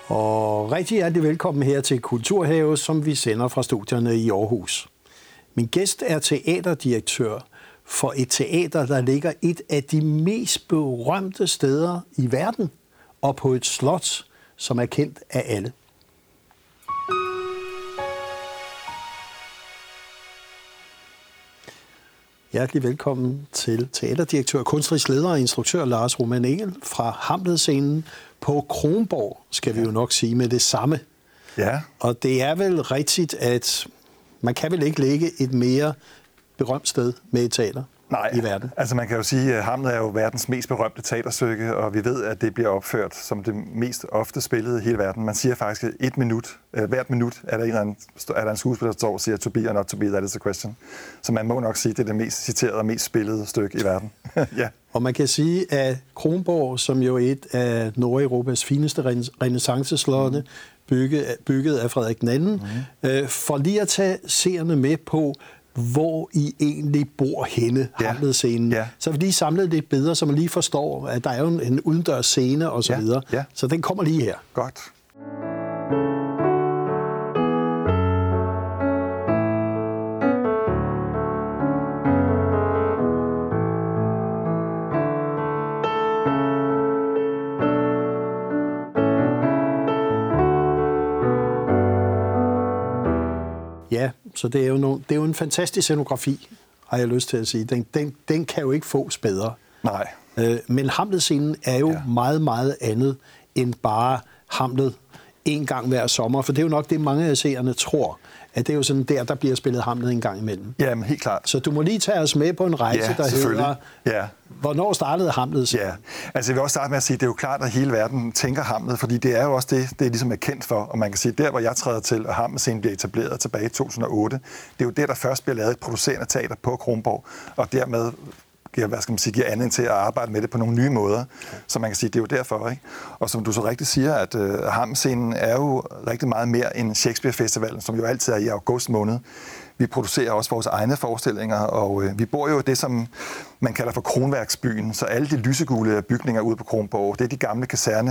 Og rigtig hjertelig velkommen her til Kulturhave, som vi sender fra studierne i Aarhus. Min gæst er teaterdirektør for et teater, der ligger et af de mest berømte steder i verden, og på et slot, som er kendt af alle. Hjertelig velkommen til teaterdirektør, kunstnerisk leder og instruktør Lars Roman Engel fra Hamlet-scenen på Kronborg, skal vi jo nok sige med det samme. Ja. Og det er vel rigtigt, at man kan vel ikke lægge et mere berømt sted med et teater i verden? Altså man kan jo sige, at Hamlet er jo verdens mest berømte teaterstykke, og vi ved, at det bliver opført som det mest ofte spillede i hele verden. Man siger faktisk, at hvert minut er der en skuespiller, der står og siger, to be or not to be, that is a question. Så man må nok sige, at det er det mest citerede og mest spillede stykke i verden. Ja. Og man kan sige, at Kronborg, som jo er et af Nordeuropas fineste renæssanceslotte, bygget af Frederik II, for lige at tage seerne med på, hvor I egentlig bor henne, Hamlet-scenen. Ja. Så vi lige samlet lidt bedre, så man lige forstår, at der er jo en udendørs scene og så videre. Ja. Så den kommer lige her. Godt. Ja, så det er jo en fantastisk scenografi, har jeg lyst til at sige. Den kan jo ikke fås bedre. Nej. Men Hamlet-scenen er jo meget, meget andet end bare Hamlet en gang hver sommer. For det er jo nok det, mange af seerne tror, at det er jo sådan der bliver spillet Hamlet en gang imellem. Jamen, helt klart. Så du må lige tage os med på en rejse, der hedder, hvornår startede Hamlet? Ja, altså jeg vil også starte med at sige, at det er jo klart, at hele verden tænker Hamlet, fordi det er jo også det ligesom er kendt for. Og man kan sige, der hvor jeg træder til, og Hamlet-scenen bliver etableret tilbage i 2008, det er jo der først bliver lavet et producerende teater på Kronborg, og dermed giver anledning til at arbejde med det på nogle nye måder. Så man kan sige, det er jo derfor, ikke? Og som du så rigtigt siger, at Hamlet-scenen er jo rigtig meget mere end Shakespeare-festivalen, som jo altid er i august måned. Vi producerer også vores egne forestillinger, og vi bor jo det, som man kalder for Kronværksbyen. Så alle de lysegule bygninger ude på Kronborg, det er de gamle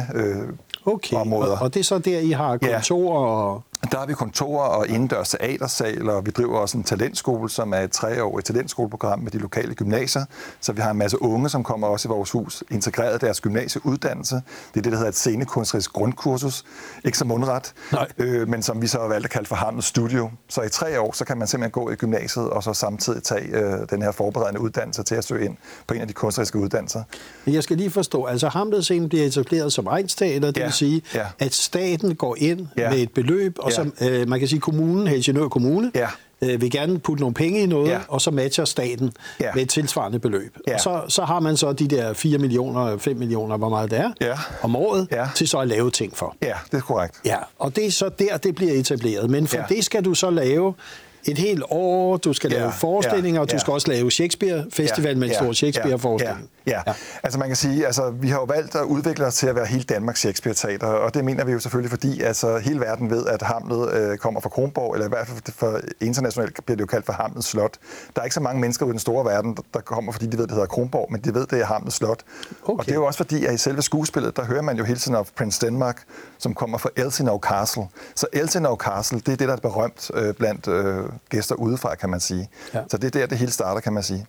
kaserneområder. Og det er så der, I har kontorer og... Der har vi kontorer og indendørs teatersal, og vi driver også en talentskole, som er et 3-årigt talentskoleprogram med de lokale gymnasier. Så vi har en masse unge, som kommer også i vores hus, integreret deres gymnasieuddannelse. Det er det, der hedder et scenekunstnerisk grundkursus. Ikke så mundret, men som vi så har valgt at kalde for Hamlet Studio. Så i 3 år, så kan man simpelthen gå i gymnasiet, og så samtidig tage den her forberedende uddannelse til at søge ind på en af de kunstneriske uddannelser. Jeg skal lige forstå, altså Hamlet-scenen bliver etableret som egnsteater, det vil sige, at staten går ind med et beløb, og så, man kan sige, kommunen, Helsingør Kommune, vil gerne putte nogle penge i noget, og så matcher staten med et tilsvarende beløb. Og så har man så de der 4 millioner, 5 millioner, hvor meget det er, om året, til så at lave ting for. Ja, det er korrekt. Ja, og det er så der, det bliver etableret. Men for det skal du så lave et helt år, du skal lave forestillinger, og du skal også lave Shakespeare-festival med en stor Shakespeare-forestilling. Ja, altså man kan sige, altså vi har jo valgt at udvikle os til at være hele Danmarks Shakespeare-teater, og det mener vi jo selvfølgelig, fordi altså hele verden ved, at Hamlet kommer fra Kronborg, eller i hvert fald for internationalt bliver det jo kaldt for Hamlet Slot. Der er ikke så mange mennesker ude i den store verden, der kommer, fordi de ved, det hedder Kronborg, men de ved, det er Hamlet Slot. Okay. Og det er jo også fordi, at i selve skuespillet, der hører man jo hele tiden af Prince Denmark, som kommer fra Elsinore Castle. Så Elsinore Castle, det er det, der er berømt blandt gæster udefra, kan man sige. Ja. Så det er der, det hele starter, kan man sige.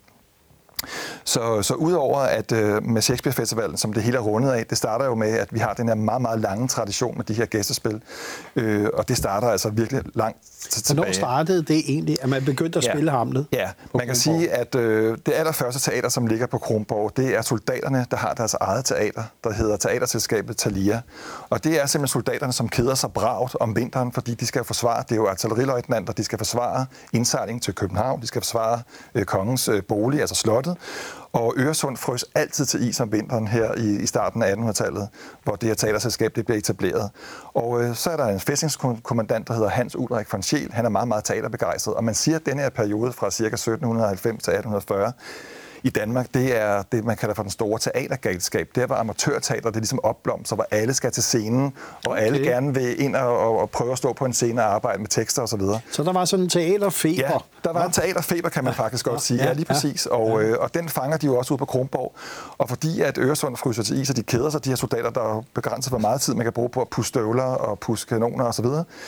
Så udover at med Shakespeare-festivalen, som det hele er rundet af, det starter jo med, at vi har den her meget, meget lange tradition med de her gæstespil. Og det starter altså virkelig langt tilbage. Hvornår startede det egentlig, at man begyndte at spille Hamlet? Ja, man kan sige, at det allerførste teater, som ligger på Kronborg, det er soldaterne, der har deres eget teater, der hedder Teaterselskabet Thalia. Og det er simpelthen soldaterne, som keder sig bragt om vinteren, fordi de skal forsvare, det er jo artilleriløjtnanter, de skal forsvare indsejling til København, de skal forsvare kongens bolig, altså slottet. Og Øresund frøs altid til is om vinteren her i starten af 1800-tallet, hvor det her teaterselskab det bliver etableret. Og så er der en fæstningskommandant, der hedder Hans Ulrik von Scheel. Han er meget, meget teaterbegejstret, og man siger, at denne her periode fra ca. 1790 til 1840, i Danmark, det er det, man kalder for den store teatergalskab. Det er, hvor amatørteater, det er ligesom opblomster, hvor alle skal til scenen, og alle gerne vil ind og prøve at stå på en scene og arbejde med tekster osv. Så der var sådan en teaterfeber? Ja, der var en teaterfeber, kan man faktisk godt sige. Ja, lige præcis. Og den fanger de jo også ude på Kronborg. Og fordi at Øresund fryser til is, og de keder sig, de her soldater, der er begrænset, hvor meget tid man kan bruge på at pusse støvler og pusse kanoner osv.,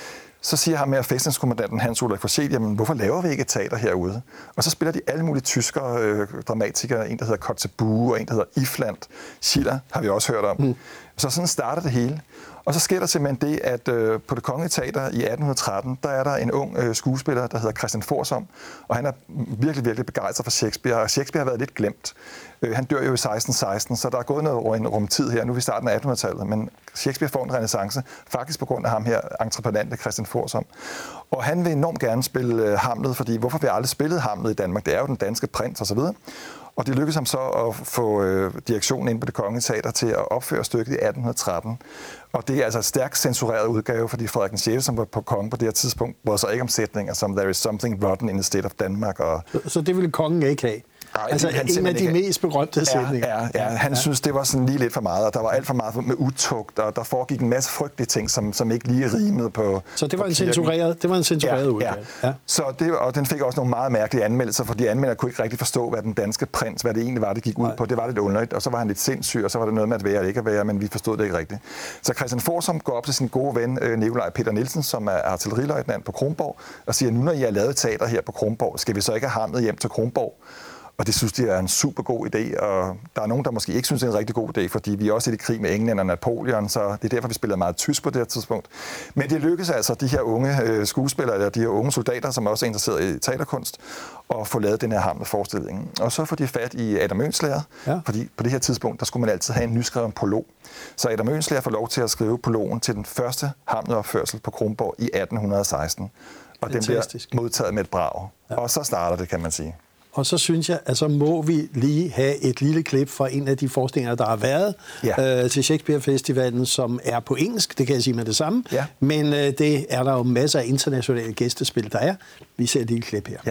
så siger ham med fæstningskommandanten Hans Ulrik Forsell, jamen hvorfor laver vi ikke et teater herude? Og så spiller de alle mulige tyskere dramatikere, en der hedder Kotzebue og en der hedder Ifland. Schiller har vi også hørt om. Så sådan starter det hele. Og så sker der simpelthen det, at på Det Kongelige Teater i 1813, der er der en ung skuespiller, der hedder Christian Forsom, og han er virkelig, virkelig begejstret for Shakespeare, og Shakespeare har været lidt glemt. Han dør jo i 1616, så der er gået noget over en rumtid her. Nu er vi i starten af 1800-tallet, men Shakespeare får en renæssance, faktisk på grund af ham her, entreprenante Christian Forsom. Og han vil enormt gerne spille Hamlet, fordi hvorfor vi aldrig spillet Hamlet i Danmark? Det er jo den danske prins osv. Og det lykkedes ham så at få direktionen ind på Det Kongelige Teater til at opføre stykket i 1813. Og det er altså et stærkt censureret udgave, fordi Frederik den 6., som var på kongen på det her tidspunkt, brød sig ikke om sætninger som There is something rotten in the state of Denmark. Så det ville kongen ikke have? Ej, altså en af de mest berømte sætninger. Ja, han synes, det var sådan lige lidt for meget, og der var alt for meget med utugt, og der foregik en masse frygtelige ting, som ikke lige rimede på. Så det var en censureret udgave. Ja. Så det, og den fik også nogle meget mærkelige anmeldelser, fordi anmeldere kunne ikke rigtig forstå, hvad den danske prins, hvad det egentlig var, det gik ud på. Det var lidt underligt, og så var han lidt sindssyg, og så var det noget med at være eller ikke at være, men vi forstod det ikke rigtigt. Så Christian Forsom går op til sin gode ven, Nikolaj Peter Nielsen, som er artilleriløjtnant på Kronborg, og siger, nu når I har lavet teater her på Kronborg, skal vi så ikke have Hamlet hjem til Kronborg? Og det synes de er en super god idé, og der er nogen, der måske ikke synes, det er en rigtig god idé, fordi vi er også i det krig med England og Napoleon, så det er derfor, vi spiller meget tysk på det her tidspunkt. Men det lykkedes altså, de her unge skuespillere, eller de her unge soldater, som også er interesseret i teaterkunst, at få lavet den her Hamlet-forestilling. Og så får de fat i Adam Oehlenschläger, fordi på det her tidspunkt, der skulle man altid have en nyskreven prolog. Så Adam Oehlenschläger får lov til at skrive prologen til den første Hamlet-opførsel på Kronborg i 1816. Og den bliver modtaget med et brag. Ja. Og så starter det, kan man sige. Og så synes jeg, at så må vi lige have et lille klip fra en af de forestillinger, der har været til Shakespeare Festivalen, som er på engelsk, det kan jeg sige med det samme. Ja. Men det er der jo masser af internationale gæstespil, der er. Vi ser et lille klip her. Ja.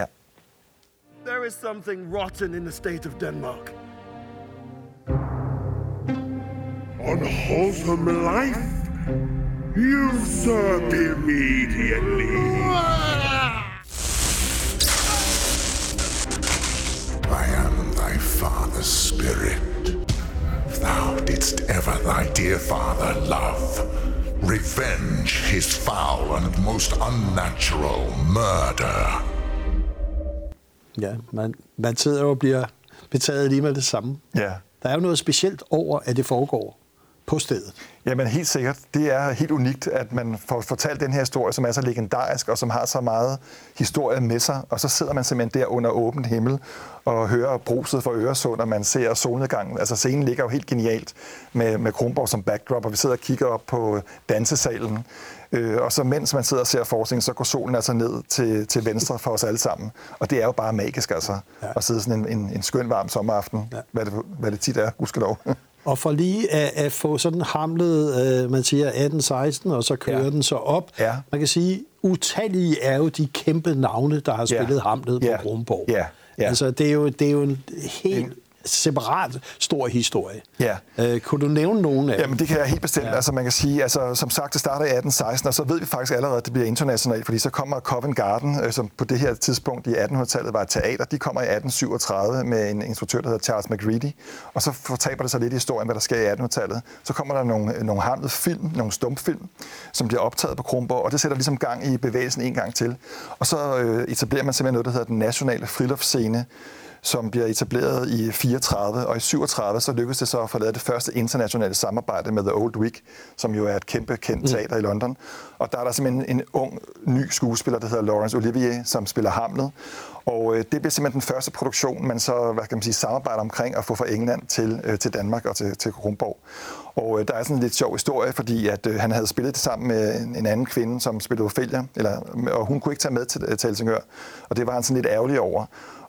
There is something rotten in the state of Denmark. Unwholesome life, usurp immediately. I am thy father's spirit. Thou didst ever thy dear father love. Revenge his foul and most unnatural murder. Ja, man sidder jo og bliver betaget lige med det samme. Ja. Der er jo noget specielt over, at det foregår på stedet. Jamen helt sikkert. Det er helt unikt, at man får fortalt den her historie, som er så legendarisk og som har så meget historie med sig. Og så sidder man simpelthen der under åbent himmel og hører bruset for Øresund, og man ser solnedgangen. Altså scenen ligger jo helt genialt med Kronborg som backdrop, og vi sidder og kigger op på dansesalen. Og så mens man sidder og ser forskningen, så går solen altså ned til venstre for os alle sammen. Og det er jo bare magisk altså, at sidde sådan en skøn varm sommeraften, hvad det tit er, gudskelov. Og for lige at få sådan Hamlet, man siger 1816, og så kører den så op. Ja. Man kan sige, utallige er jo de kæmpe navne, der har spillet Hamlet på Kronborg. Ja. Altså, det er jo en helt separat stor historie. Ja. Kunne du nævne nogen af dem? Jamen, det kan jeg helt bestemt. Ja. Altså, man kan sige, altså, som sagt, det starter i 1816, og så ved vi faktisk allerede, at det bliver internationalt, fordi så kommer Covent Garden, som på det her tidspunkt i 1800-tallet var et teater. De kommer i 1837 med en instruktør, der hedder Charles McGreedy, og så fortaber det sig lidt i historien, hvad der sker i 1800-tallet. Så kommer der nogle Hamlet-film, nogle stumfilm, som bliver optaget på Kronborg, og det sætter ligesom gang i bevægelsen en gang til. Og så etablerer man simpelthen noget, der hedder den nationale friluftsscene, som bliver etableret i 34, og i 37 så lykkedes det så at få lavet det første internationale samarbejde med The Old Vic, som jo er et kæmpe kendt teater i London. Og der er der simpelthen en ung, ny skuespiller, der hedder Laurence Olivier, som spiller Hamlet. Og det bliver simpelthen den første produktion, man så, samarbejder omkring at få fra England til Danmark og til Kronborg. Og der er sådan en lidt sjov historie, fordi at han havde spillet det sammen med en anden kvinde, som spillede Ophelia, og hun kunne ikke tage med til Helsingør, og det var han sådan lidt ærgerlig over.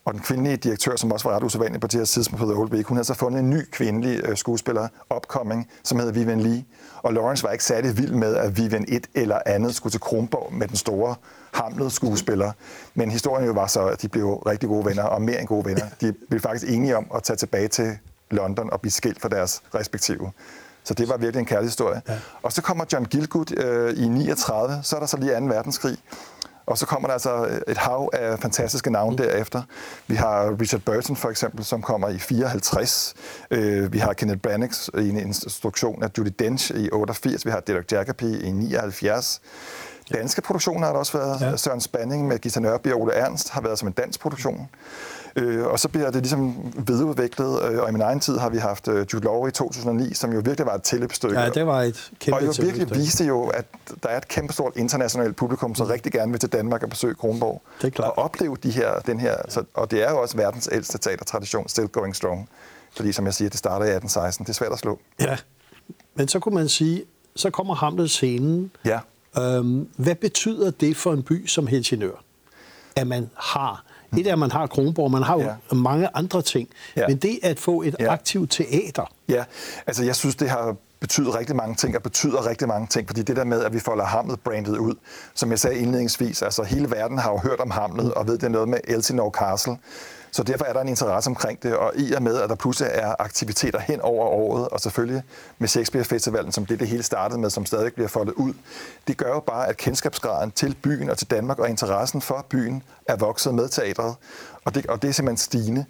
Og den kvindelige direktør, som også var ret usædvanlig på det her tidspunkt på The Old Vic, hun havde så fundet en ny kvindelig skuespiller, upcoming, som hedder Vivian Lee. Og Lawrence var ikke særlig vild med, at Vivian et eller andet skulle til Kronborg med den store Hamlet-skuespiller. Men historien jo var så, at de blev rigtig gode venner, og mere end gode venner. De blev faktisk enige om at tage tilbage til London og blive skilt fra deres respektive. Så det var virkelig en kærlig historie. Ja. Og så kommer John Gielgud i 39, så er der så lige 2. verdenskrig. Og så kommer der altså et hav af fantastiske navne derefter. Vi har Richard Burton for eksempel, som kommer i 54. Vi har Kenneth Branagh i en instruktion af Judi Dench i 88. Vi har Derek Jacobi i 79. Danske produktioner har der også været. Ja. Søren Spanning med Gita Nørby og Ole Ernst har været som en dansk produktion. Og så bliver det ligesom videreudviklet, og i min egen tid har vi haft Jude Law i 2009, som jo virkelig var et tilløbsstykke. Ja, det var et kæmpe og jo virkelig viste jo, at der er et kæmpestort internationalt publikum, som rigtig gerne vil til Danmark og besøge Kronborg. Det er klart. Og opleve den her, og det er jo også verdens ældste teatertradition, still going strong. Fordi som jeg siger, det starter i 1816. Det er svært at slå. Ja, men så kunne man sige, så kommer Hamlet scenen. Ja. Hvad betyder det for en by som Helsingør? At man har... Det der, man har Kronborg, man har jo mange andre ting. Ja. Men det at få et aktivt teater... Ja, altså jeg synes, det har betydet rigtig mange ting, og betyder rigtig mange ting, fordi det der med, at vi folder Hamlet-brandet ud, som jeg sagde indledningsvis, altså hele verden har jo hørt om Hamlet, og ved det noget med Elsinore Castle. Så derfor er der en interesse omkring det, og i og med, at der pludselig er aktiviteter hen over året, og selvfølgelig med Shakespeare Festivalen, som det hele startede med, som stadig bliver foldet ud, det gør jo bare, at kendskabsgraden til byen og til Danmark og interessen for byen er vokset med teatret, og det er simpelthen stigende.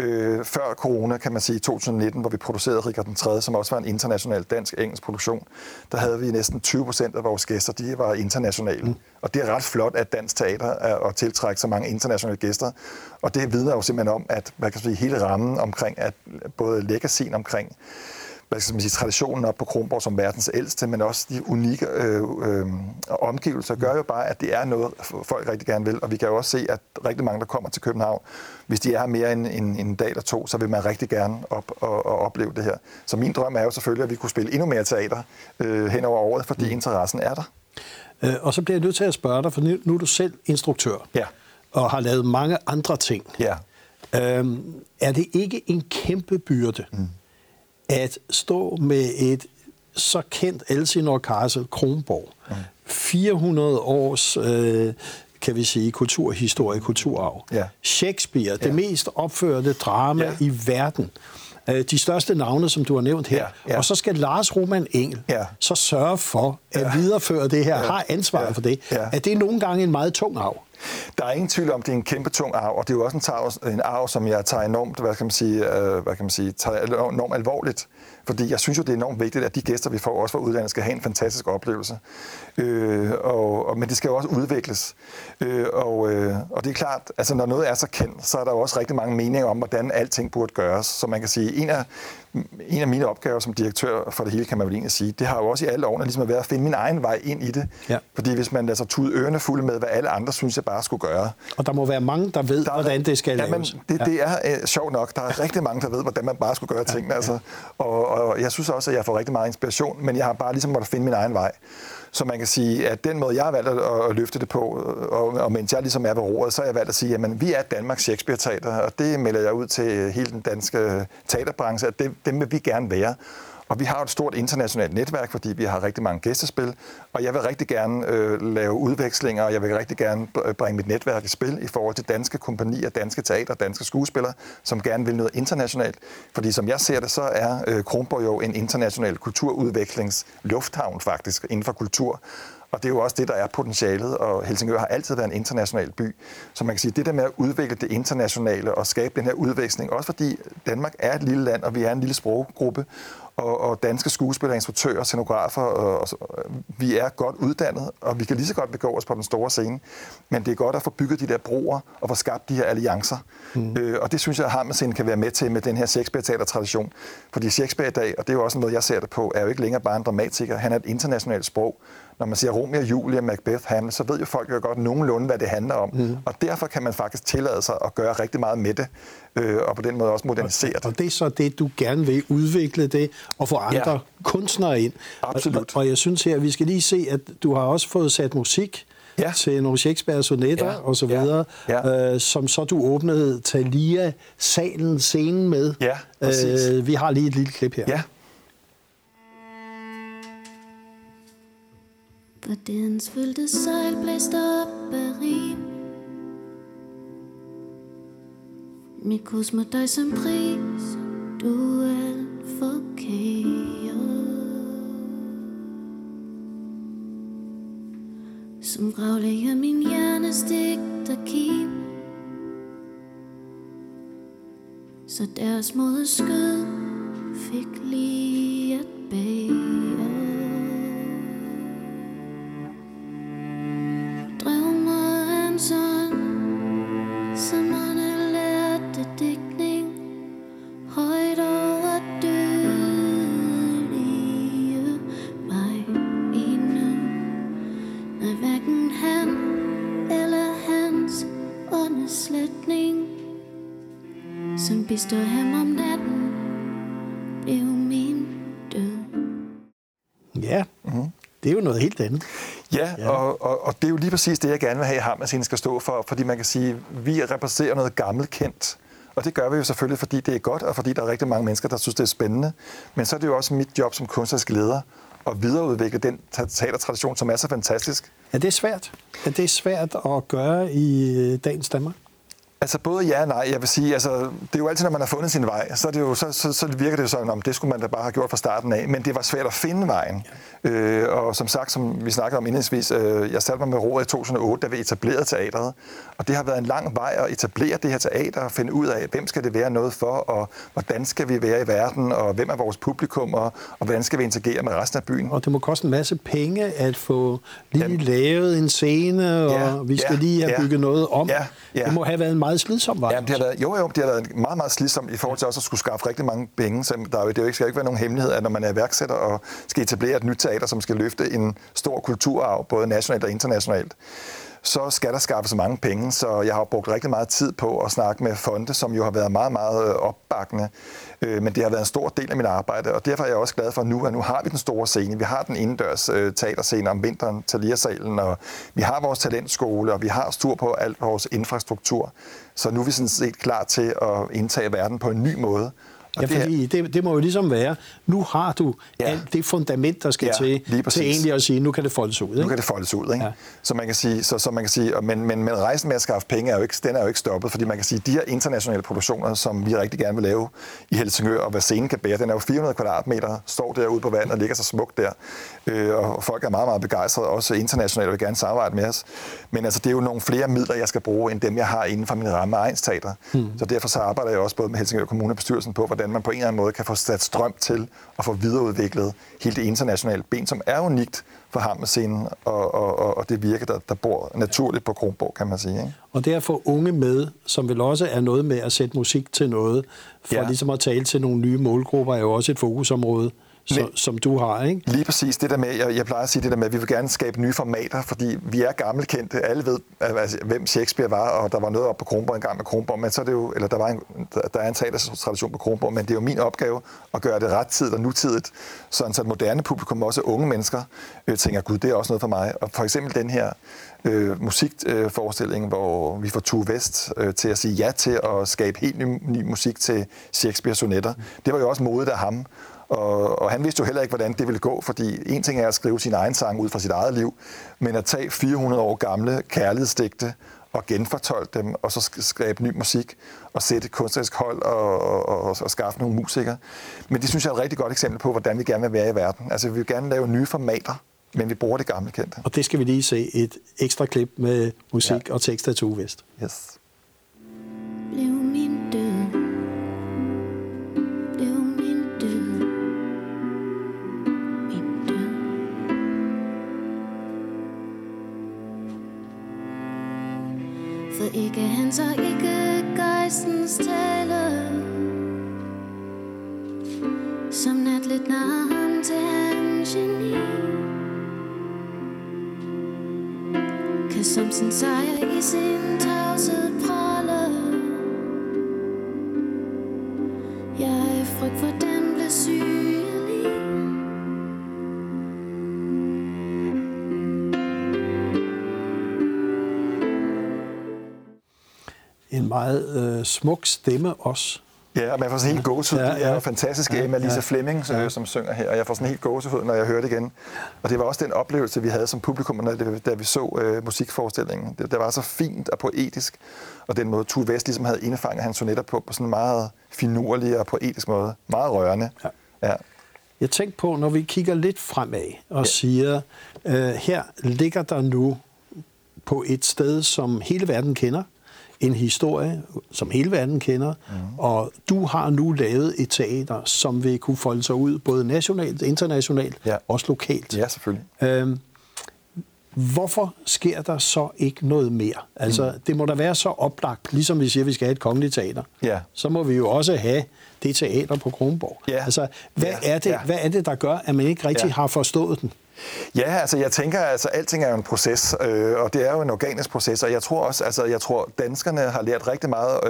Før corona, kan man sige, i 2019, hvor vi producerede Richard den 3., som også var en international dansk-engelsk produktion, der havde vi næsten 20% af vores gæster, de var internationale. Og det er ret flot, at dansk teater er at tiltrække så mange internationale gæster, og det vidner jo simpelthen om, at man kan sige, hele rammen omkring, at både legacyen omkring traditionen op på Kronborg som verdens ældste, men også de unikke omgivelser, gør jo bare, at det er noget, folk rigtig gerne vil. Og vi kan jo også se, at rigtig mange, der kommer til København, hvis de er her mere end en dag eller to, så vil man rigtig gerne op og opleve det her. Så min drøm er jo selvfølgelig, at vi kunne spille endnu mere teater hen over året, fordi interessen er der. Og så bliver jeg nødt til at spørge dig, for nu er du selv instruktør, og har lavet mange andre ting. Ja. Er det ikke en kæmpe byrde at stå med et så kendt Elsinore Castle, Kronborg, 400 års, kan vi sige, kulturhistorie, kulturarv. Shakespeare, det mest opførte drama i verden. De største navne, som du har nævnt her. Og så skal Lars Roman Engel så sørge for at videreføre det her, har ansvaret for det. Er det nogle gange en meget tung arv? Der er ingen tvivl om, det er en kæmpe tung arv, og det er jo også en arv, som jeg tager enormt, tager enormt alvorligt. Fordi jeg synes jo, det er enormt vigtigt, at de gæster, vi får også fra udlandet, skal have en fantastisk oplevelse. Men det skal jo også udvikles. Og det er klart, altså når noget er så kendt, så er der jo også rigtig mange meninger om, hvordan alting burde gøres. Så man kan sige, en af mine opgaver som direktør for det hele, kan man vel egentlig sige, det har jo også i alle årene ligesom været at finde min egen vej ind i det. Ja. Fordi hvis man lader sig tude ørerne fulde med, hvad alle andre synes, jeg bare skulle gøre. Og der må være mange, der ved, hvordan det skal laves. Det er sjovt nok. Der er rigtig mange, der ved, hvordan man bare skulle gøre tingene. Altså. Og jeg synes også, at jeg får rigtig meget inspiration, men jeg har bare ligesom måttet finde min egen vej. Så man kan sige, at den måde, jeg har valgt at løfte det på, og mens jeg ligesom er ved roret, så har jeg valgt at sige, at vi er Danmarks Shakespeare-teater, og det melder jeg ud til hele den danske teaterbranche, at dem vil vi gerne være. Og vi har et stort internationalt netværk, fordi vi har rigtig mange gæstespil, og jeg vil rigtig gerne lave udvekslinger, og jeg vil rigtig gerne bringe mit netværk i spil i forhold til danske kompagnier, danske teater, danske skuespillere, som gerne vil noget internationalt. Fordi som jeg ser det, så er Kronborg jo en international kulturudviklingslufthavn faktisk inden for kultur. Og det er jo også det, der er potentialet, og Helsingør har altid været en international by. Så man kan sige, det der med at udvikle det internationale og skabe den her udveksling, også fordi Danmark er et lille land, og vi er en lille sproggruppe, og danske skuespillere, instruktører, scenografer, og vi er godt uddannet, og vi kan lige så godt begå os på den store scene, men det er godt at få bygget de der broer og få skabt de her alliancer. Og det synes jeg, at Hamlet-scenen kan være med til med den her Shakespeare-teatertradition. Fordi Shakespeare i dag, og det er jo også noget, jeg ser det på, er jo ikke længere bare en dramatiker, han er et internationalt sprog. Når man siger Romeo, Julie, Macbeth, Hamlet, så ved jo folk jo godt nogenlunde, hvad det handler om. Og derfor kan man faktisk tillade sig at gøre rigtig meget med det, og på den måde også modernisere det. Og det er så det, du gerne vil udvikle det, og få andre kunstnere ind. Absolut. Og jeg synes her, vi skal lige se, at du har også fået sat musik til nogle Shakespeare-sonetter og så videre, som så du åbnede Thalia-salen scenen med. Ja, vi har lige et lille klip her. Ja. For dens fyldte sejl blæste op af rim. Mit kurs med dig som pris, du er alt for kære. Som gravlægger min hjernestik der kim. Så deres moders skød fik lige at bære. Drev mig hans ånd, som ånde lærte digtning, højt over dødelige mig inde. Når hverken han eller hans åndeslætning, som bistod ham om natten, blev min død. Ja, det er jo noget helt andet. Ja. Og det er jo lige præcis det, jeg gerne vil have, at Hammerscenen skal stå for, fordi man kan sige, at vi repræsenterer noget gammelt kendt. Og det gør vi jo selvfølgelig, fordi det er godt, og fordi der er rigtig mange mennesker, der synes, det er spændende. Men så er det jo også mit job som kunstnerisk leder at videreudvikle den teatertradition, som er så fantastisk. Er det svært? Er det svært at gøre i dagens Danmark? Altså både ja og nej. Jeg vil sige, altså, det er jo altid, når man har fundet sin vej, så, er det jo, så virker det jo sådan, om det skulle man da bare have gjort fra starten af. Men det var svært at finde vejen. Og som sagt, som vi snakkede om indledningsvis, jeg satte mig med roret i 2008, da vi etablerede teatret. Og det har været en lang vej at etablere det her teater og finde ud af, hvem skal det være noget for, og hvordan skal vi være i verden, og hvem er vores publikum, og hvordan skal vi interagere med resten af byen. Og det må koste en masse penge at få lige lavet en scene, og vi skal lige have bygget noget om. Det må have været en meget slidsom vej. Ja, det har været, det har været meget, meget slidsomt i forhold til også at skulle skaffe rigtig mange penge. Så det skal ikke være nogen hemmelighed, at når man er iværksætter og skal etablere et nyt teater, som skal løfte en stor kulturarv, både nationalt og internationalt, så skal der skaffes mange penge. Så jeg har brugt rigtig meget tid på at snakke med fonde, som jo har været meget, meget opbakkende. Men det har været en stor del af mit arbejde, og derfor er jeg også glad for nu, at nu har vi den store scene. Vi har den indendørs teaterscene om vinteren, Thalia-salen, og vi har vores talentskole, og vi har styr på alt vores infrastruktur. Så nu er vi sådan set klar til at indtage verden på en ny måde. Ja, fordi det må jo ligesom være, nu har du alt det fundament, der skal til egentlig at sige, nu kan det foldes ud. Ikke? Nu kan det foldes ud, ikke? Ja. Så man kan sige, men rejsen med at skaffe penge er jo ikke stoppet, fordi man kan sige, de her internationale produktioner, som vi rigtig gerne vil lave i Helsingør, og hvad scenen kan bære, den er jo 400 kvadratmeter, står derude på vandet og ligger så smukt der. Og folk er meget, meget begejstrede, også internationalt, og vil gerne samarbejde med os. Men altså, det er jo nogle flere midler, jeg skal bruge, end dem, jeg har inden for min ramme af Egnsteater. Så derfor så arbejder jeg også både med Helsingør Kommunebestyrelsen på, hvordan man på en eller anden måde kan få sat strøm til at få videreudviklet hele det internationale ben, som er unikt for Hammerscenen, og det virke, der bor naturligt på Kronborg, kan man sige. Ikke? Og det at få unge med, som vel også er noget med at sætte musik til noget, for ligesom at tale til nogle nye målgrupper, er jo også et fokusområde, som du har, ikke? Lige præcis. Det der med, jeg plejer at sige det der med, at vi vil gerne skabe nye formater, fordi vi er gammelkendte. Alle ved, hvem Shakespeare var, og der var noget op på Kronborg engang med Kronborg, men så er det jo, eller der er en teatertradition på Kronborg, men det er jo min opgave at gøre det rettidigt og nutidigt, sådan så et moderne publikum, også unge mennesker, tænker, gud, det er også noget for mig. Og for eksempel den her musikforestilling, hvor vi får Tue West til at sige ja til at skabe helt ny musik til Shakespeare-sonetter. Det var jo også modet af ham. Og han vidste jo heller ikke, hvordan det ville gå, fordi en ting er at skrive sin egen sang ud fra sit eget liv, men at tage 400 år gamle kærlighedsdigte og genfortolke dem, og så skabe ny musik, og sætte et kunstnerisk hold og skaffe nogle musikere. Men det synes jeg er et rigtig godt eksempel på, hvordan vi gerne vil være i verden. Altså, vi vil gerne lave nye formater, men vi bruger det gamle kendte. Og det skal vi lige se et ekstra klip med musik og tekst af Tue West. Yes. Blev min død. For ikke hans og ikke gejstens taler, som natligt narer ham til hans geni, kan som sin sejr i sin tavshed praler. Jeg frygt for den blev sygelig. en meget smuk stemme også. Ja, og man får sådan helt gåsehud. Det er jo fantastisk med Lisa Fleming, som synger her, og jeg får sådan helt gåsehud, når jeg hører det igen. Og det var også den oplevelse, vi havde som publikum, da vi så musikforestillingen. Det var så fint og poetisk, og den måde Tue West ligesom havde indfanget hans sonetter på sådan en meget finurlig og poetisk måde. Meget rørende. Ja. Jeg tænker på, når vi kigger lidt fremad og siger, her ligger der nu på et sted, som hele verden kender, en historie, som hele verden kender, og du har nu lavet et teater, som vil kunne folde sig ud både nationalt, internationalt, også lokalt. Ja, selvfølgelig. Hvorfor sker der så ikke noget mere? Altså, det må da være så oplagt, ligesom vi siger, at vi skal have et kongeligt teater. Ja. Så må vi jo også have det teater på Kronborg. Ja. Altså, hvad er det, der gør, at man ikke rigtig har forstået den? Ja, altså jeg tænker, altså alting er jo en proces, og det er jo en organisk proces, og jeg tror også, danskerne har lært rigtig meget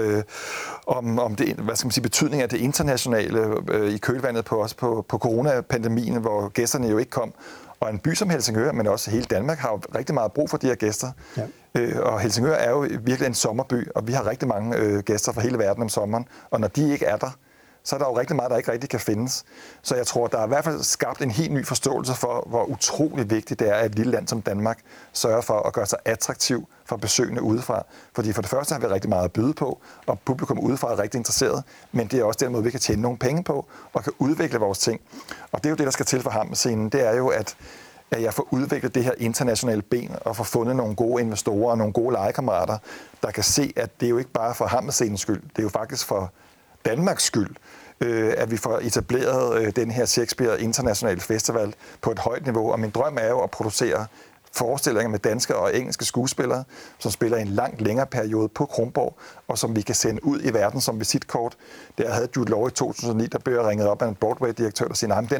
om det, hvad skal man sige, betydningen af det internationale i kølvandet på coronapandemien, hvor gæsterne jo ikke kom. Og en by som Helsingør, men også hele Danmark, har jo rigtig meget brug for de her gæster. Ja. Og Helsingør er jo virkelig en sommerby, og vi har rigtig mange gæster fra hele verden om sommeren, og når de ikke er der, så er der jo rigtig meget, der ikke rigtig kan findes. Så jeg tror, der er i hvert fald skabt en helt ny forståelse for, hvor utrolig vigtigt det er, at et lille land som Danmark sørger for at gøre sig attraktiv for besøgende udefra. Fordi for det første har vi rigtig meget at byde på, og publikum udefra er rigtig interesseret, men det er også den måde, vi kan tjene nogle penge på, og kan udvikle vores ting. Og det er jo det, der skal til for Hamlet-scenen, det er jo, at jeg får udviklet det her internationale ben, og får fundet nogle gode investorer og nogle gode legekammerater, der kan se, at det er jo ikke bare for Hamlet-scenens skyld, det er jo faktisk for Danmarks skyld, at vi får etableret den her Shakespeare International Festival på et højt niveau. Og min drøm er jo at producere forestillinger med danske og engelske skuespillere, som spiller en langt længere periode på Kronborg, og som vi kan sende ud i verden som visitkort. Da jeg havde Jude Law i 2009, der blev jeg ringet op af en Broadway-direktør, der siger, nej,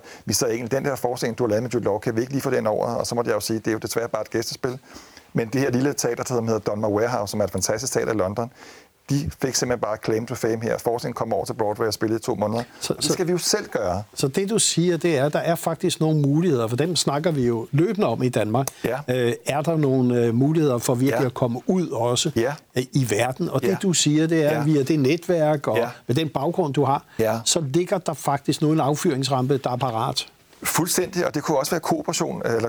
den der forestilling, du har lavet med Jude Law, kan vi ikke lige få den over? Og så måtte jeg jo sige, det er jo desværre bare et gæstespil. Men det her lille teater, som hedder Donmar Warehouse, som er et fantastisk teater i London, de fik simpelthen bare claim to fame her. Forestillingen kom over til Broadway og spillede i 2 måneder. Så det skal vi jo selv gøre. Så det, du siger, det er, at der er faktisk nogle muligheder, for dem snakker vi jo løbende om i Danmark. Ja. Er der nogle muligheder for virkelig at komme ud også i verden? Og det, du siger, det er, via det netværk og med den baggrund, du har, så ligger der faktisk nu en affyringsrampe, der er parat. Fuldstændig, og det kunne også være koproduktion, eller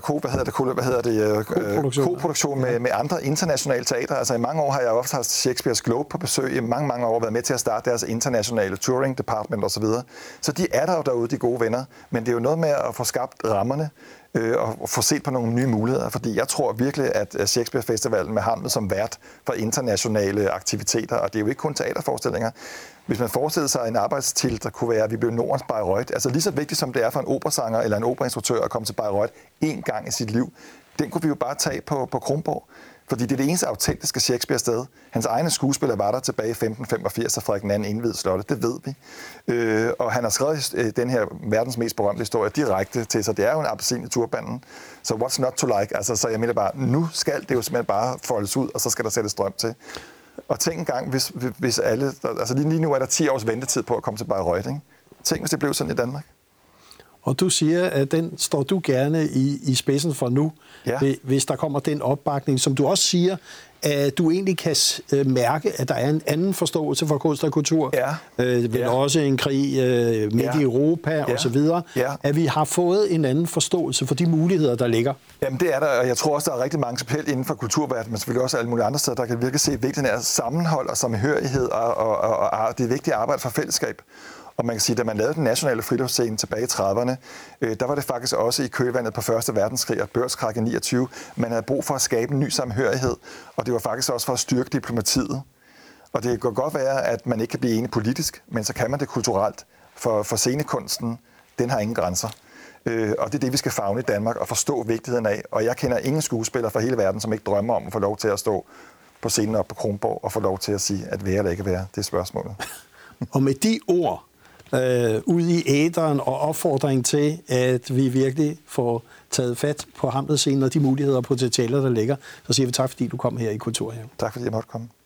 koproduktion med andre internationale teater. Altså i mange år har jeg ofte haft Shakespeare's Globe på besøg, i mange år været med til at starte deres internationale touring department osv. Så de er der jo derude, de gode venner, men det er jo noget med at få skabt rammerne, og få set på nogle nye muligheder, fordi jeg tror virkelig, at Shakespeare Festivalen med Hamlet som vært for internationale aktiviteter, og det er jo ikke kun teaterforestillinger. Hvis man forestiller sig en arbejdstitel, der kunne være, at vi blev Nordens Bayreuth, altså lige så vigtigt som det er for en operasanger eller en operainstruktør at komme til Bayreuth én gang i sit liv, den kunne vi jo bare tage på Kronborg. Fordi det er det eneste autentiske Shakespeare-sted. Hans egne skuespiller var der tilbage i 1585, da Frederik II indviede slottet, det ved vi. Og han har skrevet den her verdens mest berømte historie direkte til, så det er jo en appelsin i turbanden. Så what's not to like? Altså, så jeg mener bare, nu skal det jo simpelthen bare foldes ud, og så skal der sættes strøm til. Og tænk en gang, hvis alle... Altså lige nu er der 10 års ventetid på at komme til Bayreuth, ikke? Tænk, hvis det blev sådan i Danmark. Og du siger, at den står du gerne i spidsen for nu, hvis der kommer den opbakning, som du også siger, at du egentlig kan mærke, at der er en anden forståelse for kunst og kultur. Vel også en krig midt i Europa osv. At vi har fået en anden forståelse for de muligheder, der ligger. Jamen det er der, og jeg tror også, der er rigtig mange specielt inden for kulturverdenen, men selvfølgelig også alle mulige andre steder, der kan virkelig se vigtigheden af sammenhold og samhørighed og det vigtige arbejde for fællesskab. Og man kan sige, at da man lavede den nationale friluftsscene tilbage i 30'erne, der var det faktisk også i kølvandet på 1. verdenskrig og børskrak i 29. Man havde brug for at skabe en ny samhørighed, og det var faktisk også for at styrke diplomatiet. Og det kan godt være, at man ikke kan blive enig politisk, men så kan man det kulturelt. For scenekunsten, den har ingen grænser. Og det er det, vi skal favne i Danmark og forstå vigtigheden af. Og jeg kender ingen skuespillere fra hele verden, som ikke drømmer om at få lov til at stå på scenen op på Kronborg og få lov til at sige, at være eller ikke være. Det er spørgsmålet. Og med de ord ud i æteren og opfordring til, at vi virkelig får taget fat på Hamlet-scenen og de muligheder og potentialer, der ligger, så siger vi tak, fordi du kom her i Kulturhaven. Tak, fordi jeg måtte komme.